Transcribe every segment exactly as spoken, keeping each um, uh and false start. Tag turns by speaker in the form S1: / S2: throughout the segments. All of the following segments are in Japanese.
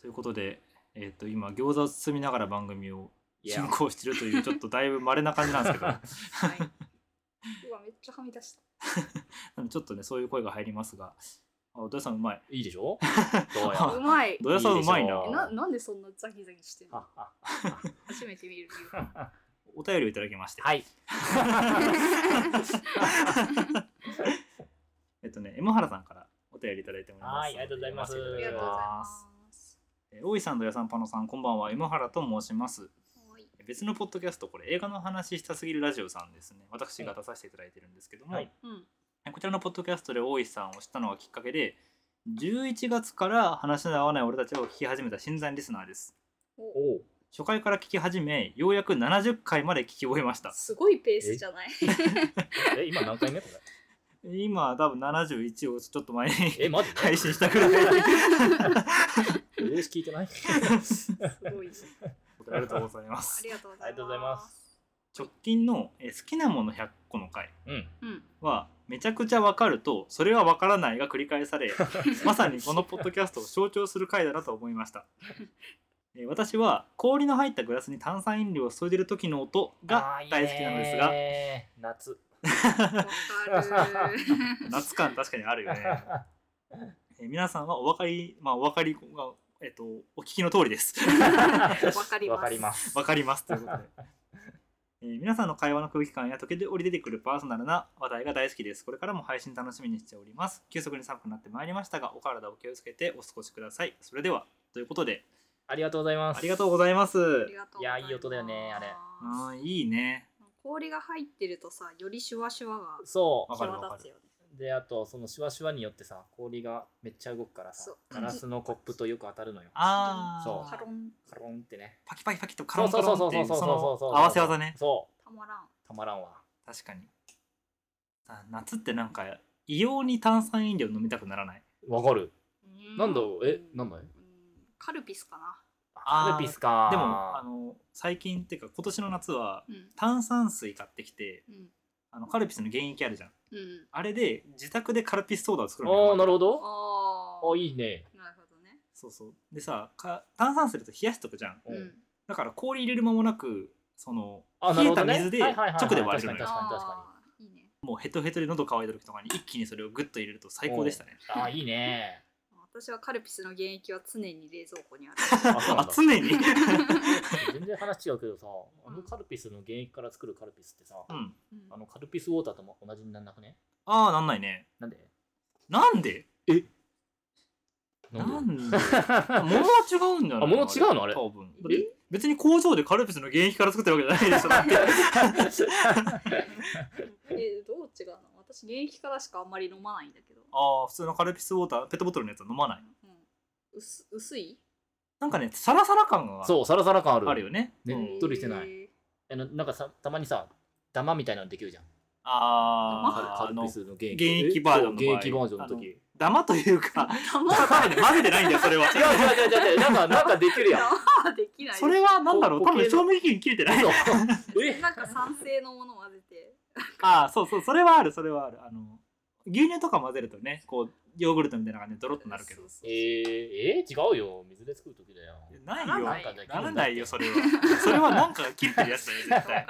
S1: ということで、えー、と今餃子を包みながら番組を進行しているというちょっとだいぶ稀な感じなんですけど、はい、
S2: うわめっちゃはみ出した
S1: ちょっとねそういう声が入りますが、あ、土屋さんうまい。
S3: いいでしょどうや
S2: うまい。
S1: 土屋さんうまいな。
S2: え な, なんでそんなザギザギしてるの初めて見る理由
S1: お便りをいただきまして、
S3: はい
S1: えっとね M 原さんからお便りいただいております。
S3: はい、ありがとうございます。
S2: ありがとうございます。
S1: 大井さん、土屋さん、パノさん、こんばんは。 M 原と申します。別のポッドキャスト、これ映画の話したすぎるラジオさんですね。私が出させていただいてるんですけども、はい、こちらのポッドキャストで大井さんを知ったのがきっかけで、じゅういちがつから話の合わない俺たちを聞き始めた新参リスナーです。
S3: お
S1: 初回から聞き始め、ようやくななじゅっかいまで聞き終えました。
S2: すごいペースじゃない？
S3: え今何回目こ
S1: れ？今多分ななじゅういちをちょっと前に
S3: えマジ
S1: 配信したくらい。
S3: よし聞いてない？
S2: すごいです。
S1: ありがとうございます。
S2: ありがとう
S3: ございます。
S1: 直近のえ好きなものひゃっこの回は、
S2: うん、
S1: めちゃくちゃわかるとそれはわからないが繰り返されまさにこのポッドキャストを象徴する回だなと思いました。え私は氷の入ったグラスに炭酸飲料を注いでる時の音が大好きなのですが、
S3: 夏
S1: 夏感確かにあるよね。え皆さんはお分かり、まあお分かりが、えっと、お聞きの通りです。
S2: わかります。
S3: わかります。
S1: わかりますということで、えー、皆さんの会話の空気感や時折出てくるパーソナルな話題が大好きです。これからも配信楽しみにしております。急速に寒くなってまいりましたが、お体お気をつけてお過ごしください。それではということで、
S3: ありがとうございます。
S1: ありがとうございます。
S3: いやいい音だよねあれ。
S1: あいいね。
S2: 氷が入ってるとさ、よりシュワシュワが
S3: そう
S2: 際立つよね。
S3: であとそのシュワシュワによってさ、氷がめっちゃ動くからさ、ガラスのコップとよく当たるのよ。
S1: ああ、
S3: そう
S2: カロン
S3: カロンってね、
S1: パキパキパキとカロンカロンっていうその合わせ技ね。
S3: そう
S2: たまらん
S3: たまらんわ。
S1: 確かに夏ってなんか異様に炭酸飲料飲みたくならない？
S3: わかる。なんだえなんだい？
S2: カルピスかな。
S3: カルピスか。
S1: でもあの最近っていうか今年の夏は、
S2: うん、
S1: 炭酸水買ってきて、
S2: うん、
S1: あのカルピスの原液あるじゃん、
S2: うん、
S1: あれで自宅でカルピスソーダを作る
S3: のよ。ああなるほど。
S2: あ
S3: あいいね。
S2: なるほどね。
S1: そうそうでさか炭酸水だと冷やしとくじゃん、
S2: うん、
S1: だから氷入れる間もなくその
S3: 冷
S1: えた水で直で割れるのよ。
S3: 確かに確か
S2: にいいね。
S1: もうヘトヘトで喉乾いた時とかに一気にそれをグッと入れると最高でしたね。
S3: あいいね。
S2: 私はカルピスの原液は常に冷蔵庫にある。
S1: あ常に
S3: 全然話違うけどさ、あのカルピスの原液から作るカルピスってさ、
S1: うん、
S3: あのカルピスウォーターとも同じになんなくね？
S1: ああなんないね。
S3: なんで
S1: なんで
S3: え
S1: なんで物は違うんじゃない？
S3: あ物違うのあれ
S1: 多分え別に工場でカルピスの原液から作ってるわけじゃないでしょだって
S2: えどう違うの？私原液からしかあんまり飲まないんだけど。
S1: ああ普通のカルピスウォーターペットボトルのやつは飲まない、
S2: うん、薄, 薄い
S1: なんかねサラサラ感が
S3: そうサラサラ感ある
S1: あるよね。
S3: ねっとりしてない。あのなんかさたまにさダマみたいなのできるじゃん。
S1: あ
S3: あカルピスの原
S1: 液バージョンの
S3: 原液バージョンの時
S1: ダマというか混ぜてないんだよそれは。
S3: 違う違う違う違うなんかなんかできるやん。
S2: できない。
S1: それはなんだろう多分賞味期限切れてない。
S2: えなんか酸性のもの混ぜて。
S1: ああそうそうそれはあるそれはある。あの牛乳とか混ぜるとねこうヨーグルトみたいな感じでドロッとなるけど。
S3: えー、えー、違うよ水で作る時だよ。
S1: ないよならないよそれは。それはなんか切れてるやつだよ絶対。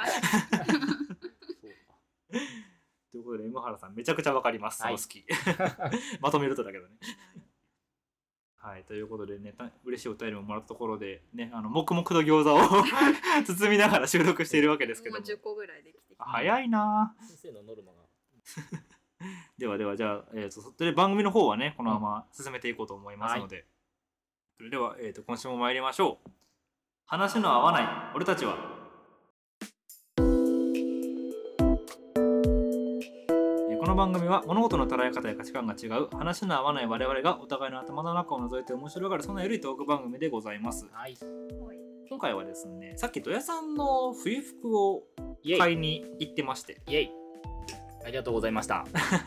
S1: ということで M 原さんめちゃくちゃわかります。その好きまとめるとだけどね。はいということでね嬉しいお便りももらったところでねあの黙々と餃子を包みながら収録しているわけですけども。
S2: もうじゅっこぐらいできてきた。
S1: 早いな。
S3: 先生のノルマが
S1: ではではじゃあ、えー、とで番組の方はねこのまま進めていこうと思いますので、はい、それでは、えー、と今週も参りましょう。話の合わない俺たちは。この番組は物事の捉え方や価値観が違う話の合わない我々がお互いの頭の中を覗いて面白がるそんな緩いトーク番組でございます。
S3: はい、
S1: 今回はですねさっき土屋さんの冬服を買いに行ってまして、
S3: イエイありがとうございました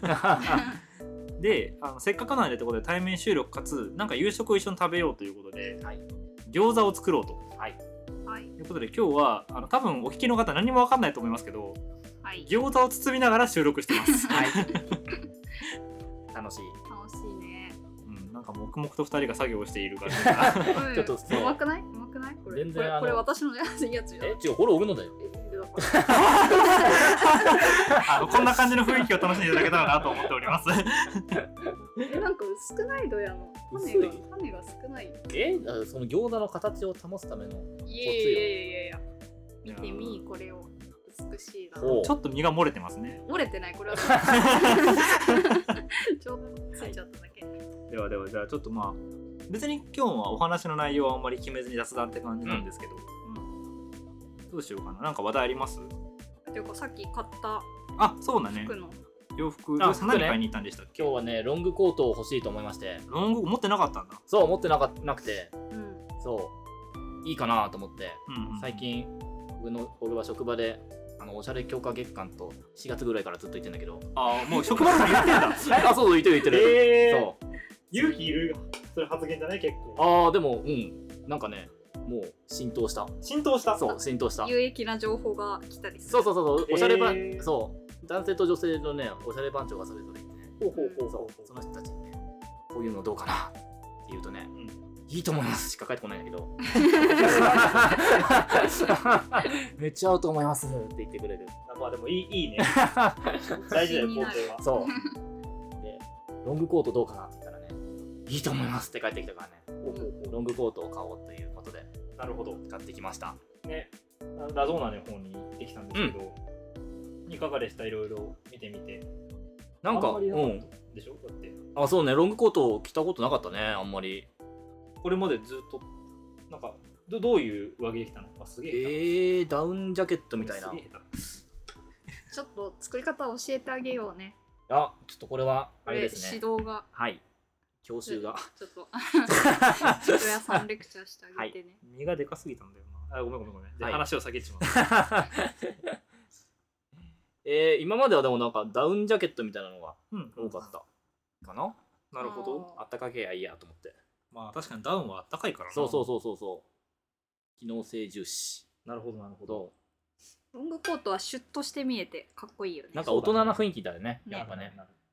S1: であのせっかくなんでということで対面収録かつなんか夕食を一緒に食べようということで、
S3: はい、
S1: 餃子を作ろうと、
S3: はい
S1: はい、ということで今日はあの多分お聞きの方何も分かんないと思いますけど、はい、餃子を包みながら収録してます。はい
S3: 楽しい
S2: 楽しいね。
S1: うん、なんなんか黙々とふたりが作業をしている感じが
S2: ちょっとうまくないうまくないこれ全然これ私のやつやつ
S3: え違うこれ俺のだよ
S1: あのこんな感じの雰囲気を楽しんでいただけたらなと思っております
S2: えなんか薄くないドヤの種が種が少ない
S3: えその餃子の形を保つためのコツよ。
S2: いやいやいやいやいや見てみこれを美しいな。ち
S1: ょっと身が漏れてますね。
S2: 漏れてないこれはちょうどついちゃっただけ。
S1: ではではじゃあちょっとまあ別に今日はお話の内容はあんまり決めずに雑談って感じなんですけど、うんうん、どうしようかな。なんか話題あります？
S2: ていうかさっき買った
S1: あそうだね
S2: 服の
S1: 洋服あ何買いに行ったんでしたっけ？
S3: 今日はねロングコートを欲しいと思いまして。
S1: ロング持ってなかったんだ。
S3: そう持ってなかなくて、うん、そういいかなと思って、うんうん、最近僕の俺は職場であのおしゃれ強化月間としがつぐらいからずっと言ってんだけど、
S1: ああもう職場から言ってんだ
S3: あそうそう言ってる言ってる、えー、そう
S1: 勇気いるそれ発言じゃない結構。
S3: ああでもうんなんかねもう浸透した
S1: 浸透した
S3: そう浸透した
S2: 有益な情報が来たりする。
S3: そうそうそうおしゃれ番、えー、そう男性と女性のねおしゃれ番長がそれぞれいてね、ほうほうほうほうそうその人たちにねこういうのどうかなって言うとね、うん、いいと思いますしか返ってこないんだけどめっちゃ合うと思いますって言ってくれる。
S1: まあでもいいいいね大事だよ工程は。
S3: そうでロングコートどうかなって言ったらねいいと思いますって返ってきたからね、うん、ロングコートを買おうということで
S1: なるほど
S3: 買ってきました
S1: ね。ラゾーナの方に行ってきたんですけど、うん、いかがでした？いろいろ見てみて。
S3: なんかうん
S1: でしょだって
S3: あそうねロングコート着たことなかったねあんまり。
S1: これまでずっとなんか ど, どういう上着できたのかすげ
S3: ええー、ダウンジャケットみたいな。
S2: ちょっと作り方教えてあげようね。
S3: あちょっとこれはあれですね
S2: 指導が
S3: はい教習が
S2: ちょっとちょっとやさんレクチャーしてあげてね、はい、
S1: 身がでかすぎたんだよなあごめんごめんごめん、はい、話を下げてしまう
S3: えー、今まではでもなんかダウンジャケットみたいなのが多かったかな、うん、
S1: なるほど。
S3: あったかけやいいやと思って。
S1: まあ確かにダウンはあったかいからな。
S3: そうそうそうそうそう機能性重視。
S1: なるほどなるほど。
S2: ロングコートはシュッとして見えてかっこいいよね。
S3: なんか大人な雰囲気だよね、やっぱね。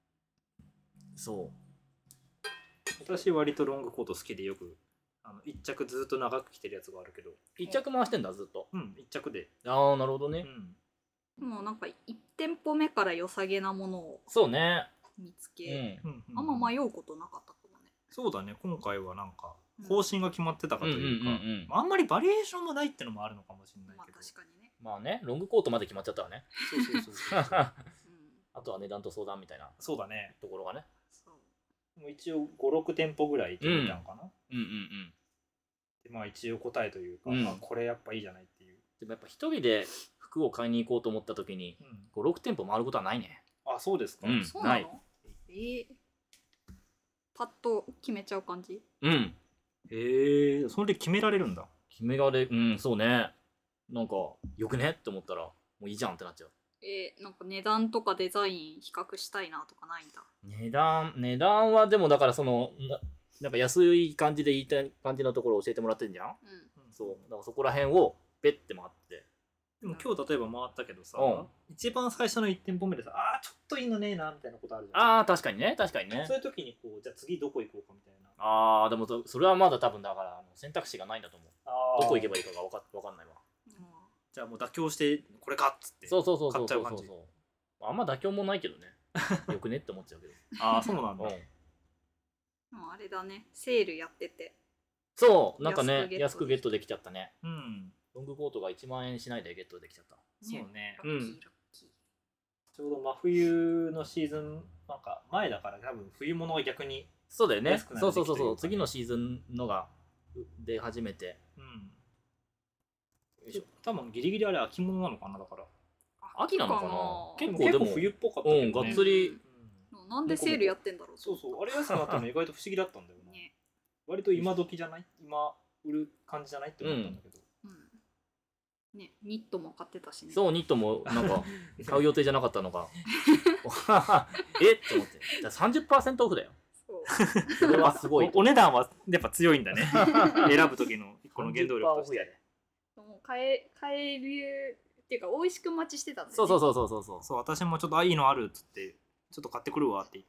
S3: そう
S1: 私割とロングコート好きでよくあの一着ずっと長く着てるやつがあるけど。
S3: 一着回してんだずっと。
S1: うん一着で。
S3: ああなるほどね、
S2: うん、もうなんかいち店舗目から良さげなものを
S3: そうね
S2: 見つけ、
S1: うん、
S2: あんま迷うことなかったかもね。
S1: そうだね今回はなんか方針が決まってたかというかあんまりバリエーションもないってのもあるのかもしれないけど、まあ、
S2: 確かにね
S3: まあねロングコートまで決まっちゃったらね
S1: そうそうそうそう
S3: あとは値段と相談みたいな
S1: そうだね
S3: ところがね
S1: もう一応ごろく店舗ぐらい行ってみたのかな、
S3: うん、うんうんうん
S1: でまあ一応答えというか、うんまあ、これやっぱいいじゃないっていう。
S3: でもやっぱ一人で服を買いに行こうと思った時に、うん、ごろく店舗回ることはないね。
S1: あそうですか、
S2: うん、そうなのえー、パッと決めちゃう感じ。
S3: うん
S1: へえそれで決められるんだ。
S3: 決められうんそうねなんかよくねって思ったらもういいじゃんってなっちゃう。
S2: えー、なんか値段とかデザイン比較したいなとかないんだ。
S3: 値段値段はでもだからそのななんか安い感じで言いたい感じのところを教えてもらってんじゃん、うん、そうだからそこら辺をペッて回って
S1: でも今日例えば回ったけどさ、うん、一番最初のいち店舗目でさあーちょっといいのねえなみたいなことあるじゃん。
S3: ああ確かにね確かにね
S1: そういう時にこうじゃあ次どこ行こうかみたいな。
S3: ああでもそれはまだ多分だから選択肢がないんだと思う。どこ行けばいいかが分か分かんないわ、うん、
S1: じゃあもう妥協してこれかっつって
S3: そうそうそうそうそうそうそうあんま妥協もないけどねよくねって思っちゃうけど
S1: ああそうなんだ、うん
S2: もうあれだねセールやってて
S3: そうなんかね安くゲットできちゃったね。
S1: うん
S3: ロングコートがいちまん円しないでゲットできちゃった。
S1: そうね
S2: ラッキーラッキー。
S1: ちょうど真冬のシーズンなんか前だから多分冬物は逆に
S3: そうだよねそうそうそうそう次のシーズンのが出始めてうん
S1: 多分ギリギリあれ秋物なのかなだから
S3: 秋なのかな
S1: 結構でも冬っぽかったけどね、
S3: うん、がっつり、
S2: うん、なんでセールやってんだろう。
S1: そうそうあれ安くなったの意外と不思議だったんだよな、ね、割と今時じゃない今売る感じじゃないって思ったんだけど、うん
S2: うん、ねニットも買ってたしね。
S3: そうニットもなんか買う予定じゃなかったのがえっと思って さんじゅっパーセント オフだよ。そうそれはすごい
S1: お, お値段はやっぱ強いんだね選ぶ時のこの原動力として。
S2: もう買え買えるっていうか美味しく待ちしてたんだよね。
S3: そうそうそうそうそう
S1: そう私もちょっとあいいのあるっつってちょっと買ってくるわって言って買っ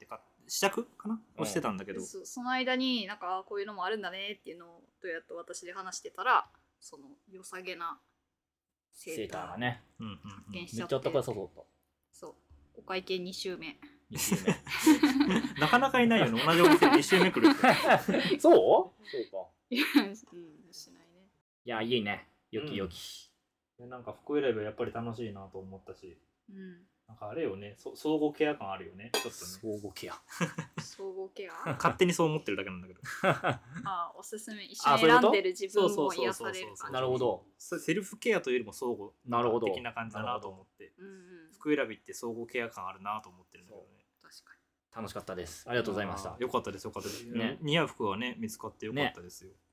S1: 試着かな、をしてたんだけど、
S2: そ, その間になんかこういうのもあるんだねっていうのをどうやって私で話してたら、その良さげな
S3: セーターがね、
S2: 発見しちゃって、
S3: めっちゃ高そうだった。
S2: そうお会計に週目
S3: に週目
S1: なかなかいないよね、同じお店に週目来る
S3: ってそうそうか
S2: いや、うん、しないね。
S3: いやいいね、よきよき、
S1: うん、なんか服選びはやっぱり楽しいなと思ったし、うん、なんかあれよね、そ相互ケア感あるよね、ちょっとね。
S3: 相互ケア
S2: 相互ケア
S1: 勝手にそう思ってるだけなんだけど
S2: あ、おすすめ、一緒に選んでる自分も癒される感じ。
S3: なるほど、
S1: セルフケアというよりも相互的な感じだなと思って、うんうん、服選びって相互ケア感あるなと思ってるんだけどね。
S2: 確かに
S3: 楽しかったです。ありがとうございました。
S1: よかったです、よかったです、ね、似合う服はね見つかってよかったですよ、ね、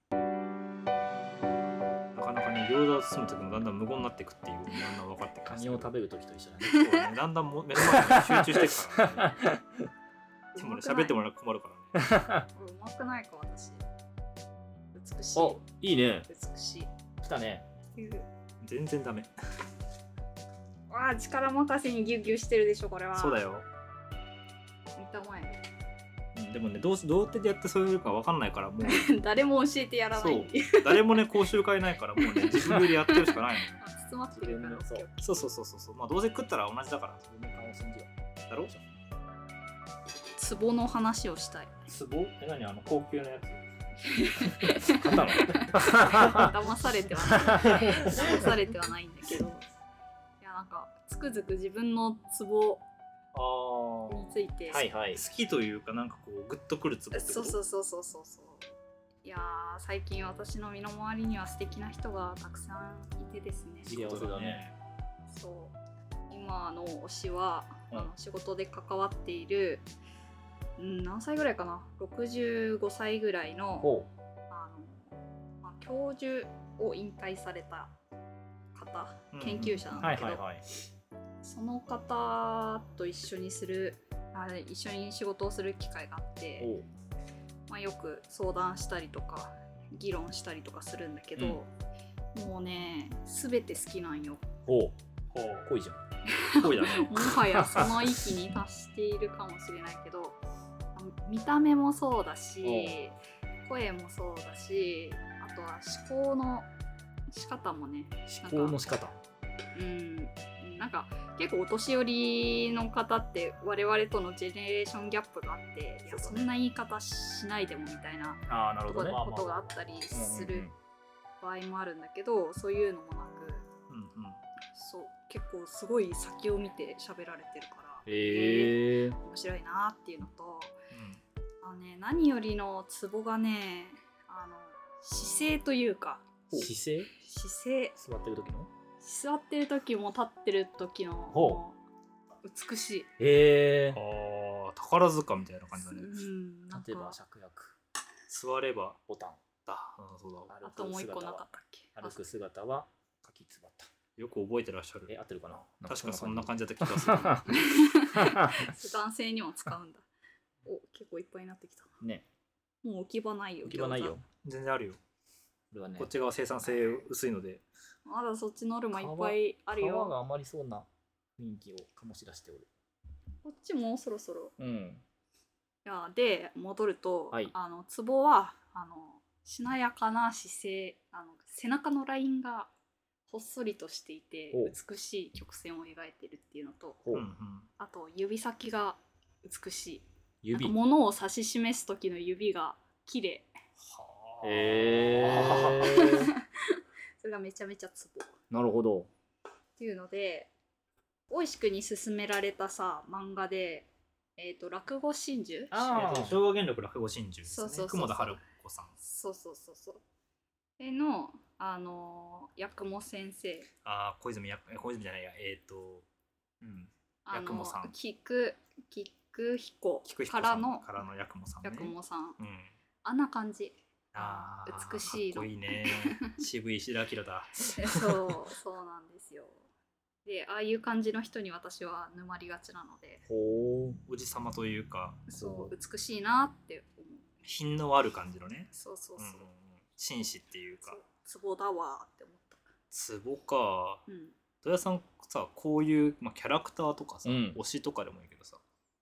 S1: なかなかね、餃子を包む時もだんだん無言になっていくっていうのがだんだん分かってきました。
S3: カニを食べる時と一緒だね。
S1: そうね、だんだんも目の前に集中していくからねでもね、喋ってもらうと困るからね
S2: うまくないか私。美しい。
S3: お、いいね。
S2: 美しい。
S3: 来たね。
S1: 全然ダメ。
S2: わあ、力任せにギュッギュしてるでしょこれは。
S1: そうだよ。
S2: 見たまえ。
S1: うん、でもね、どうどうやってやってそういうかわかんないからもう
S2: 誰も教えてやらないっていう。
S1: そう、誰もね講習会ないからもうね自分でやってるしかないの。
S2: 包まってるから。
S1: そうそうそうそうそう。まあどうせ食ったら同じだから。自分の顔を信じよう。だろう。
S2: 壺の話をしたい。
S1: 壺？え、何、あの高級なやつ？買ったの？
S2: 騙されてはない。騙されてはないんだけど。いや、なんかつくづく自分の壺について、
S1: はいはい、好きというか、なんかこうグッとくる壺ってこと？
S2: そうそうそうそうそうそう。いやー、最近私の身の回りには素敵な人がたくさんいてですね。
S3: 幸せだね。
S2: そう。今の推しは、うん、あの仕事で関わっている、うん、何歳ぐらいかな、ろくじゅうごさいぐらいの、あの、まあ、教授を引退された方、うん、研究者なんだけど、はいはいはい、その方と一緒にするあ一緒に仕事をする機会があって、まあ、よく相談したりとか議論したりとかするんだけど、うん、もうね全て好きなんよ。
S3: おう、恋じゃん。恋だね。
S2: もはやその域に達しているかもしれないけど、見た目もそうだし声もそうだし、あとは思考の仕方もね。
S3: 思考の仕方、
S2: うん、なんか結構お年寄りの方って我々とのジェネレーションギャップがあって、いやそんな言い方しないでもみたいなことがあったりする場合もあるんだけど、そういうのもなく、うんうん、そう結構すごい先を見て喋られてるから、
S3: へー、
S2: 面白いなっていうのと、うん、あのね、何よりのツボがね、あの姿勢というか、
S3: 姿勢
S2: 姿勢
S3: 座ってる時の
S2: 座ってる時も立ってる時の美しい。
S1: へえ。ああ、宝塚みたいな感じだね。
S2: うん、
S3: 立てば芍薬、
S1: 座れば
S3: ボタン
S1: だ。あ、そうだ。
S2: あともう一個なかったっけ？
S3: 歩く姿は柿つばた。
S1: よく覚えてらっしゃる。
S3: え、合ってるかな？
S1: 確かそんな感じだった気がする。
S2: 男性にも使うんだ。お、結構いっぱいになってきた
S3: ね。
S2: もう置き場ないよ。
S3: 置き場ないよ。
S1: 全然あるよ。
S3: これはね、
S1: こっち側生産性薄いので。
S2: まだそっちノルマいっぱいあるよ。
S3: 皮があまりそうな雰囲気を醸し出しておる。
S2: こっちもそろそろ。
S3: うん。
S2: いやで戻ると、
S3: はい、
S2: あのツボはあのしなやかな姿勢、あの背中のラインがほっそりとしていて美しい曲線を描いてるっていうのと、あと指先が美しい。指。なんか物を指し示す時の指が綺麗。
S3: へー。
S2: それがめちゃめちゃツボ。
S3: なるほど。
S2: っていうので、おいしくに勧められたさ漫画で、えっ、ー、と落語真珠。
S1: ああ、昭和元禄落語真珠ですね。雲田春子さん。
S2: そうそうそうそう。えのあのー、八雲先生。
S1: ああ、小泉や小泉じゃないや、えっ、ー、と、うん、
S2: 八雲さん。菊菊彦からの
S1: からの八雲さん、ね。
S2: 八雲さん。
S1: うん。
S2: あんな感じ。
S1: あ
S2: 美しいの。
S1: かっこいいね。渋い石田明だ。
S2: そうそうなんですよ。で、ああいう感じの人に私は沼りがちなので。
S1: ほう。おじさまというか。
S2: そう、美しいなって思う。
S1: 品のある感じのね。
S2: そうそうそう。うん、
S1: 紳士っていうか。
S2: ツボだわって思った。
S1: ツボか。
S2: うん。
S1: 戸谷さんさ、こういう、まあ、キャラクターとかさ、うん、推しとかでもいいけどさ、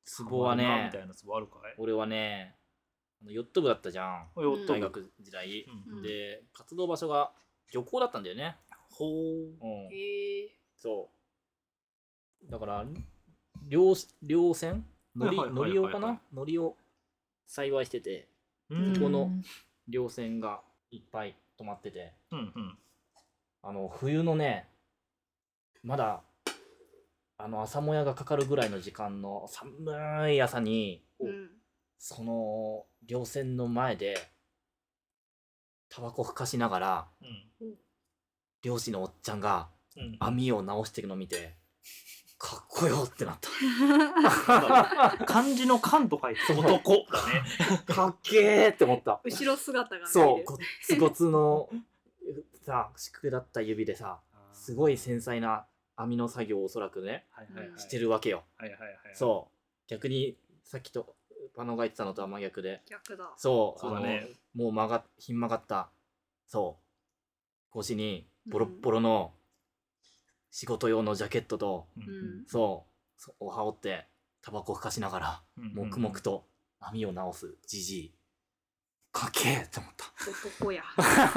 S3: ツボはね
S1: みたいなツボあるかい？
S3: 俺はねヨット部だったじゃん、大学時代、うん、で活動場所が漁港だったんだよね。
S1: ほう、
S2: うん、へえ。
S3: そうだから漁漁船乗り乗り用かな、乗りを幸いしてて、ここの漁船がいっぱい止まってて、うんうん、あの冬のねまだあの朝もやがかかるぐらいの時間の寒い朝に、うん、その漁船の前でタバコふかしながら、うん、漁師のおっちゃんが網を直していくのを見て、かっこよってなった
S1: 漢字の漢と書いて男だね
S3: かっけーって思った。
S2: 後ろ姿が見える。
S3: そうごつごつのさしくだった指でさすごい繊細な網の作業をおそらくね、はいはいはい、してるわけよ、はいはいはい、そう逆にさっきとパノが言ってたのとは真逆で、
S2: 逆だ。
S3: そうそうだね、もう曲がひん曲がったそう腰にボロッボロの仕事用のジャケットと、うん、そうを羽織ってタバコふかしながら、うん、黙々と網を直すじじいかっけーって思った。
S2: 男や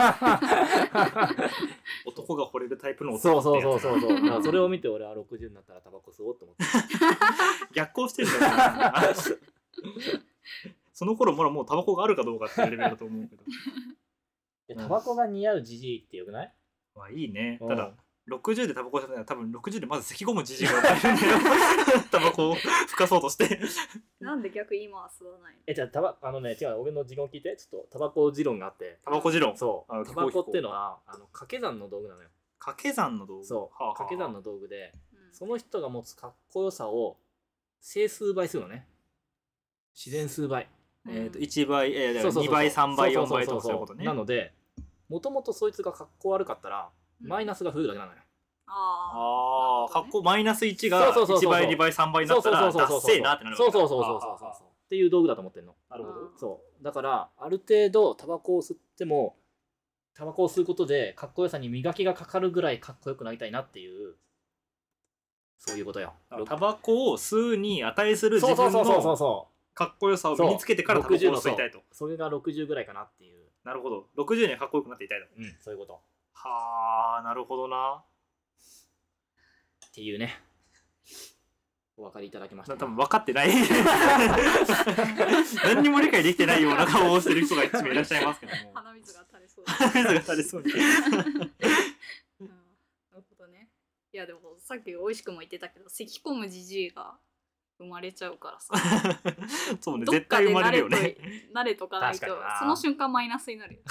S1: 男が惚れるタイプの
S3: 男ってやつ。そうそうそうそうそうそれを見て俺はろくじゅうになったらタバコ吸おうと思って
S1: 逆行してるんだよその頃まだもうタバコがあるかどうかっていうレベルだと思うけ
S3: どタバコが似合うじじいってよくない？
S1: まあいいね。ただろくじゅうでタバコ吸ったら多分ろくじゅうでまず咳込むじじいが生まれるんだよタバコをふかそうとして
S2: なんで逆今は吸わないの？
S3: えじゃあタバあのね違う俺の持論聞いて。ちょっとタバコ持論があって。
S1: タバコ持論。
S3: そうタバコっていうのはあの掛け算の道具なのよ。
S1: 掛け算の道具。
S3: そう、はあはあ、掛け算の道具で、うん、その人が持つかっこよさを整数倍するのね。自然数倍、
S1: うん、えっといちばい、えー、にばいさんばいよんばいとかそういうことね。
S3: なのでもともとそいつがかっこ悪かったら、うん、マイナスが増えるだけなのよ。
S1: ああ、かっこマイナスいちがいちばいにばいさんばいになったらダッセーなってなるわけだ。
S3: そうそうそうそうそうそうっていう道具だと思ってんの。
S1: なるほど。
S3: そうだからある程度タバコを吸ってもタバコを吸うことでかっこよさに磨きがかかるぐらいかっこよくなりたいなっていうそういうことよ。
S1: タバコを吸うに値する自分のかっこよさを身につけてからタバコを吸いたいと。
S3: それがろくじゅうぐらいかなっていう。
S1: なるほど。ろくじゅうにはかっこよくなっていたいと。
S3: うん、そういうこと。
S1: はあ、なるほどな。
S3: っていうね。お分かりいただけました、ね。
S1: 多分分かってない。何にも理解できてないような顔をしてる人が一名いらっしゃいますけども。
S2: 鼻水が垂れそう。
S1: 鼻水が垂れそうに。
S2: うん、なるほどね。いやでもさっきおいしくも言ってたけど、咳込むじじいが生まれちゃうからさ。
S1: そうね、絶対生まれるよね。
S2: 慣れとかないとその瞬間マイナスになるよ。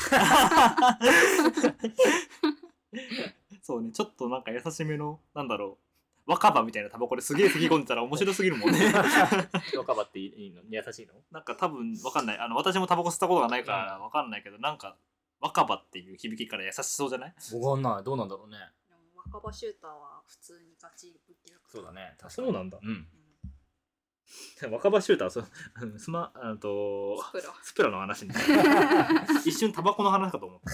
S1: そうね、ちょっとなんか優しめのなんだろう若葉みたいなタバコですげえ咳込んでたら面白すぎるもんね。
S3: 若葉っていいの？優しいの？
S1: なんか多分わかんない。あの私もタバコ吸ったことがないからわかんないけど、なんか若葉っていう響きから優しそうじゃない？
S3: わかんない。どうなんだろうね。
S2: 若葉シューターは普通にガチぶっきら
S3: そうだね。
S1: そうなんだ。
S3: うん。
S1: 若葉シューターそスマあとスプラスプラの話に一瞬タバコの話かと思った。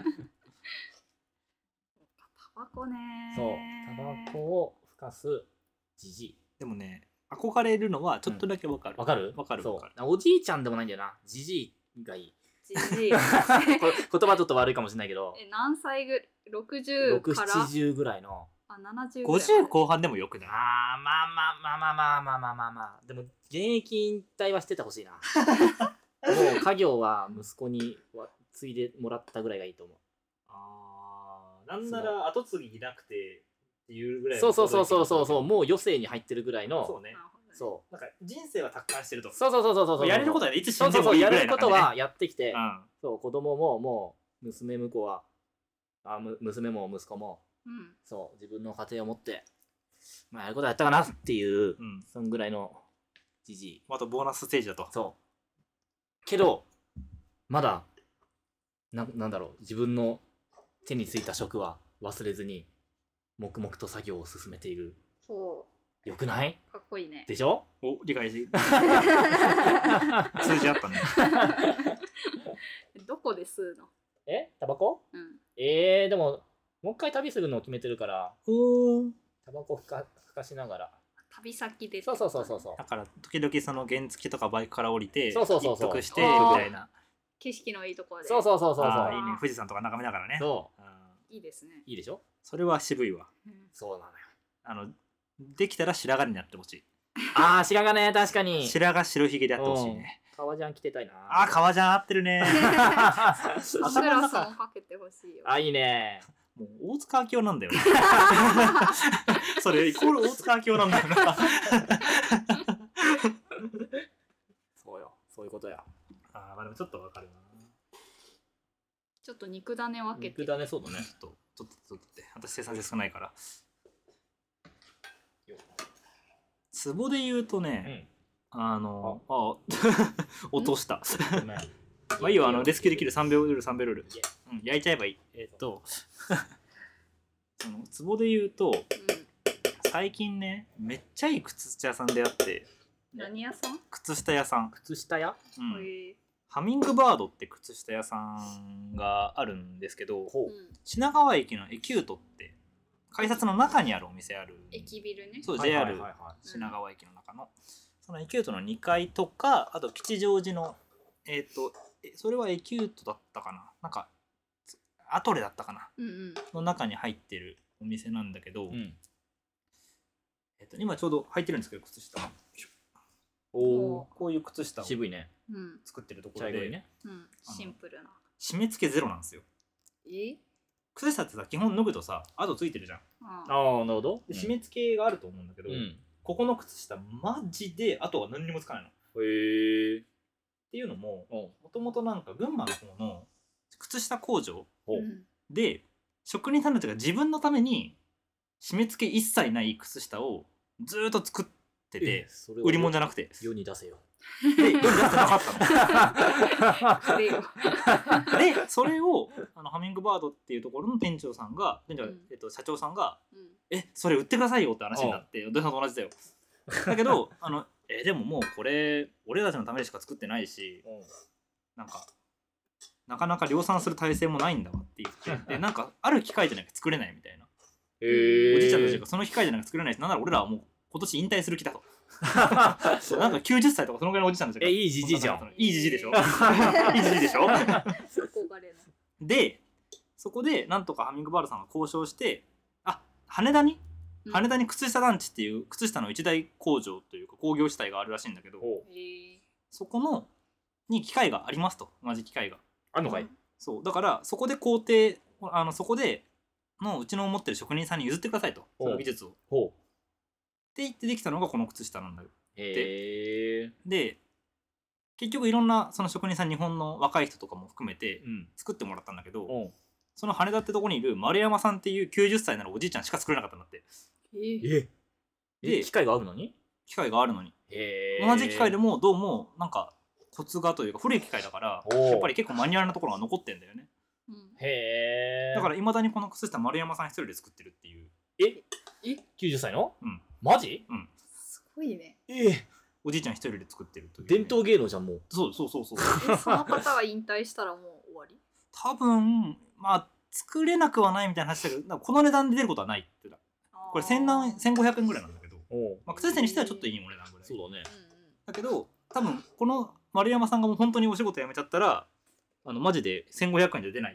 S2: タバコね。
S3: そうタバコをふかすじじい。
S1: でもね憧れるのはちょっとだけわかる。
S3: わ、うん、かる
S1: わかるわかる。
S3: おじいちゃんでもないんだよな。じじいがいい。
S2: じじい。
S3: 言葉ちょっと悪いかもしれないけど。
S2: え何歳ぐろくじゅうから？
S3: ろくじゅう、ななじゅうぐらいの。
S2: あななじゅう
S1: ごじゅう後半でもよくない？
S3: あーまあまあまあまあまあまあまあまあまあでも現役引退はしててほしいな。もう家業は息子に継いでもらったぐらいがいいと思う。
S1: ああなんなら後継ぎいなくてっていうぐらい。
S3: そうそうそうそうそうそうもう余生に入ってるぐらいの。
S1: そうね。
S3: そう
S1: なんか人生は達観してると。
S3: そうそうそうそうそう
S1: やれることはねいつ死んでもいいぐらいな感じ。
S3: やれることはやってきて、うん、そう子供ももう娘婿はあむ娘も息子も。うん、そう自分の家庭を持って、まあ、やることやったかなっていう、うん、そんぐらいのじじい。
S1: あとボーナスステージだと。
S3: そうけどまだ な, なんだろう自分の手についた職は忘れずに黙々と作業を進めている。
S2: そう
S3: よくない？
S2: かっこいいね。
S3: でしょ？
S1: お理解し数字あったね。
S2: どこで吸うの？
S3: えタバコ？
S2: うん、
S3: えー、でももう一回旅するのを決めてるから、
S1: うん、
S3: タバコふかふかしながら。
S2: 旅先で。
S3: そうそうそうそうそう。
S1: だから時々その原付とかバイクから降りて
S3: そうそうそうそう
S1: 一服してみたいな。
S2: 景色のいいところで。
S3: そうそうそうそうそう。
S1: いいね、富士山とか眺めながらね。
S3: そう。
S2: いいですね。
S3: いいでしょ。
S1: それは渋いわ。
S3: うん、そうなのよ。
S1: あのできたら白髪になってほしい。
S3: ああ、白髪ね、確かに。
S1: 白髪白ひげでやってほしいね。
S3: 革ジャン着てたいな。
S1: あー、革ジャン合ってるね。
S2: 頭の中もかけてほしいよ。
S3: あ、いいね。
S1: もう大塚明夫なんだよね。それイコール大塚明夫なんだよな。
S3: そうよ、そういうことや。
S1: ああ、まあでもちょっとわかるな。
S2: ちょっと肉種分けて。
S3: 肉種、そうだね。
S1: ちょっとちょっとちょっとって私生産性少ないから。ツボで言うとね、うん、あのあ落とした。まあいいよ、あのレスキューできるさんびょうルールさんびょうルール、うん、焼いちゃえばいい。えっとそのツボで言うと、うん、最近ねめっちゃいい靴下屋さんであって。
S2: 何屋さん？
S1: 靴下屋さん。
S3: 靴下屋、
S1: うん、ハミングバードって靴下屋さんがあるんですけど、うん、品川駅のエキュートって改札の中にあるお店ある。
S2: 駅ビルね。
S1: そう、 ジェイアール 品川駅の中の、うん、そのエキュートのにかいとか、あと吉祥寺のえっ、ー、とそれはエキュートだったかな、なんかアトレだったかな、うんうん、の中に入ってるお店なんだけど、うん、えっと今ちょうど入ってるんですけど、靴下。おこういう靴下を
S3: 渋いね
S1: 作ってるところで、
S2: ね、うん、シンプルな
S1: 締め付けゼロなんですよ。
S2: え
S1: 靴下ってさ基本脱ぐとさ跡ついてるじゃん。
S3: ああ、なるほど。
S1: で締め付けがあると思うんだけど、うん、ここの靴下マジで跡が何にもつかないの。へえ。っていうのももともとなんか群馬の方の靴下工場で職人さんたちが自分のために締め付け一切ない靴下をずーっと作ってて、売り物じゃなくて
S3: 世に出せよ。
S1: で世に出してなかったの。でそれをあのハミングバードっていうところの店長さんが店長、うんえっと、社長さんが、うん、えそれ売ってくださいよって話になって、土井さんと同じだよ。だけどあのえでももうこれ俺たちのためにしか作ってないし、なんかなかなか量産する体制もないんだわって言ってでなんかある機械じゃなくて作れないみたいな。おじいちゃんたちがその機械じゃなくて作れないし、なんなら俺らはもう今年引退する気だと。なんかきゅうじゅっさいとかそのぐらいのおじいちゃんたちが。
S3: えいいじじいじゃん。
S1: いいじじいでしょ。いいじじいでしょ。でそこでなんとかハミングバードさんが交渉して、あ羽田に羽田に靴下団地っていう靴下の一大工場というか工業地帯があるらしいんだけど、そこのに機械がありますと。同じ機械が
S3: あるのかい。
S1: そうだからそこで工程あのそこでのうちの持ってる職人さんに譲ってくださいと、その技術をって言ってできたのがこの靴下なんだよ。へで結局いろんなその職人さん日本の若い人とかも含めて作ってもらったんだけど、うん、その羽田ってとこにいる丸山さんっていうきゅうじゅっさいならおじいちゃんしか作れなかったんだって。
S3: えで機械があるのに
S1: 機械があるのに同じ機械でもどうもなんかコツがというか古い機械だからやっぱり結構マニュアルなところが残ってんだよね。うん、へえ。だからいまだにこの靴下丸山さん一人で作ってるっていう。
S3: ええきゅうじゅっさいの？
S1: うん
S3: マジ？
S2: うんすごいね。
S3: ええ
S1: おじいちゃん一人で作ってるという、
S3: ね、伝統芸能じゃんもう。
S1: そうそうそうそう。
S2: その方が引退したらもう終わり？
S1: 多分まあ作れなくはないみたいな話だけど、この値段で出ることはないってだ。これ千何千五百円ぐらいなんだけど、まあ、靴下にしてはちょっといいお値段ぐらい。
S3: そうだね。
S1: だけど多分この丸山さんがもう本当にお仕事辞めちゃったらあのマジで千五百円で出ない。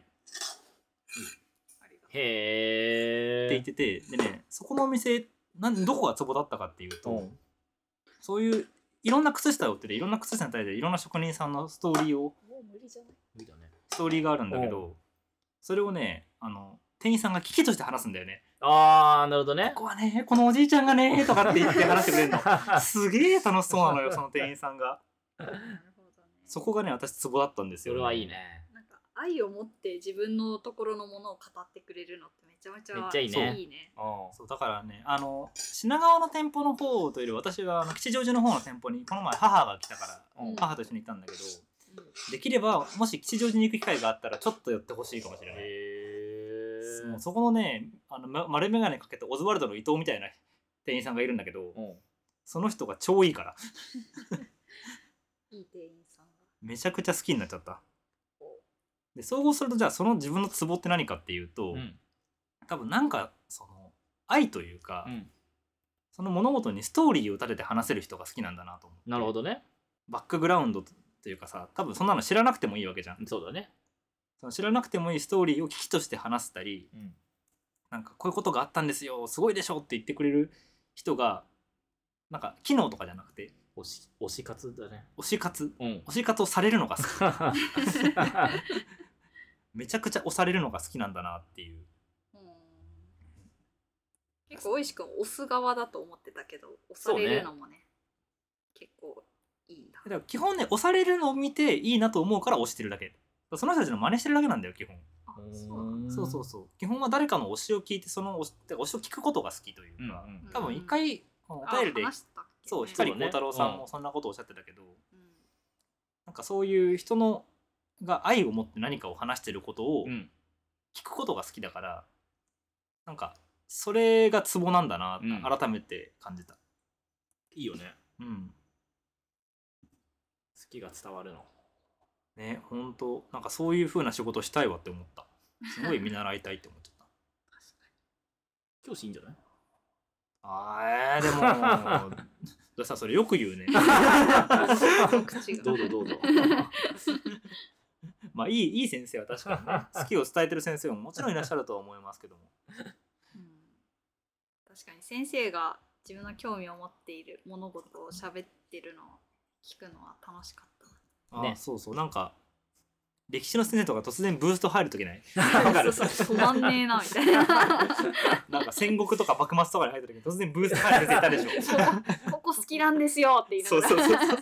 S3: へー
S1: って言ってて、でねそこのお店なんどこがツボだったかっていうと、うん、そういういろんな靴下を売ってていろんな靴下に対していろんな職人さんのストーリーをもう無理じゃない無理だねストーリーがあるんだけど、それをねあの店員さんが危機として話すんだよね。
S3: あーなるほどね。
S1: ここはねこのおじいちゃんがねとかって言って話してくれるのすげえ楽しそうなのよその店員さんが。なるほどね。そこがね私ツボだったんですよ、ね。
S3: それはいいね。
S2: 愛を持って自分のところのものを語ってくれるのってめちゃめちゃ
S3: めっちゃいいね。
S2: いいね。
S1: そうだからねあの品川の店舗の方というより私はあの吉祥寺の方の店舗にこの前母が来たから、うん、母と一緒に行ったんだけど、うん、できればもし吉祥寺に行く機会があったらちょっと寄ってほしいかもしれない。へー。そこのねあの丸眼鏡かけてオズワルドの伊藤みたいな店員さんがいるんだけど、うん、その人が超いいから
S2: いい店員さんが
S1: めちゃくちゃ好きになっちゃった。で総合するとじゃあその自分のツボって何かっていうと、うん、多分なんかその愛というか、うん、 その物事にストーリーを立てて話せる人が好きなんだなと思って。
S3: なるほどね。
S1: バックグラウンドというかさ、多分そんなの知らなくてもいいわけじゃん。
S3: そうだね。
S1: その知らなくてもいいストーリーを危機として話したり、うん、なんかこういうことがあったんですよすごいでしょって言ってくれる人がなんか機能とかじゃなくて
S3: 推し推し活だね。
S1: 推し活、うん、推し活をされるのが好きめちゃくちゃ推されるのが好きなんだなっていう。うん、
S2: 結構おいしく推す側だと思ってたけど推されるのも ね, ね結構いいんだ。
S1: だから基本ね推されるのを見ていいなと思うから推してるだけ。その人たちの真似してるだけなんだよ基本。あ、そうそうそうそう。基本は誰かの推しを聞いてその推し、推しを聞くことが好きというか、うんうん、多分一回お便りで、ね、そう光光太郎さんもそんなことをおっしゃってたけど、うん、なんかそういう人のが愛を持って何かを話してることを聞くことが好きだから、なんかそれがツボなんだなって改めて感じた。
S3: うん、いいよね。うん。好きが伝わるの。
S1: ね、ほんとなんかそういう風な仕事したいわって思った。すごい見習いたいって思っちゃった。確か
S3: に。教師いいんじゃない？
S1: あーでもどうしたそれよく言うね。どうぞどうぞ。まあいいいい先生は確かにね好きを伝えてる先生ももちろんいらっしゃるとは思いますけども。
S2: うん、確かに先生が自分の興味を持っている物事を喋ってるのを聞くのは楽しかった。
S1: あね、そうそうなんか歴史の先生とか突然ブースト入るときない？
S2: わかる。止まんねえなみたいな。
S1: なんか戦国とか幕末とかに入ったときに突然ブースト入る先生いたでしょ。
S2: ここ好きなんですよって言いながら。そうそうそうそう。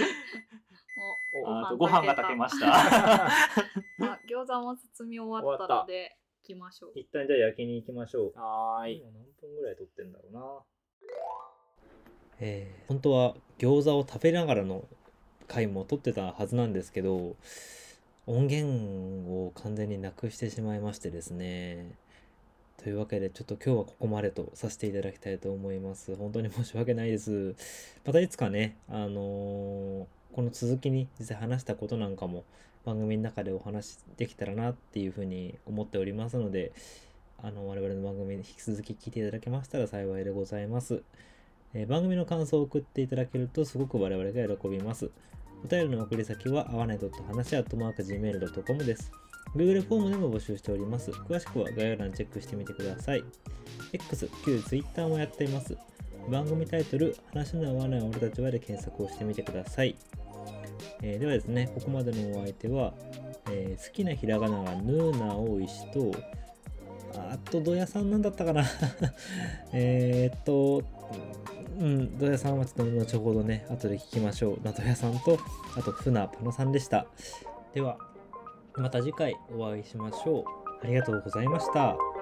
S1: おあとご飯が炊けました。
S2: あ餃子も包み終わったので行きましょう。
S1: 一旦じゃあ焼きに行きましょう。
S3: はーい。
S1: 今何分ぐらい撮ってんだろうな。
S4: えー、本当は餃子を食べながらの回も撮ってたはずなんですけど音源を完全になくしてしまいましてですね。というわけでちょっと今日はここまでとさせていただきたいと思います。本当に申し訳ないです。またいつかね、あのー、この続きに実際話したことなんかも番組の中でお話できたらなっていうふうに思っておりますので、あの我々の番組に引き続き聞いていただけましたら幸いでございます。えー、番組の感想を送っていただけるとすごく我々が喜びます。お便りの送り先はあわない .話 アットマーク ジーメールドットコム です。Google フォームでも募集しております。詳しくは概要欄チェックしてみてください。X、旧 Twitter もやっています。番組タイトル、話の合わない俺たちはで検索をしてみてください。えー、ではですね、ここまでのお相手は、えー、好きなひらがながヌーナオイシと、あとドヤさんなんだったかなえっと、うん、ドヤさんはちょっと後ほどね、後で聞きましょう。ドヤさんと、あと船パノさんでした。では、また次回お会いしましょう。ありがとうございました。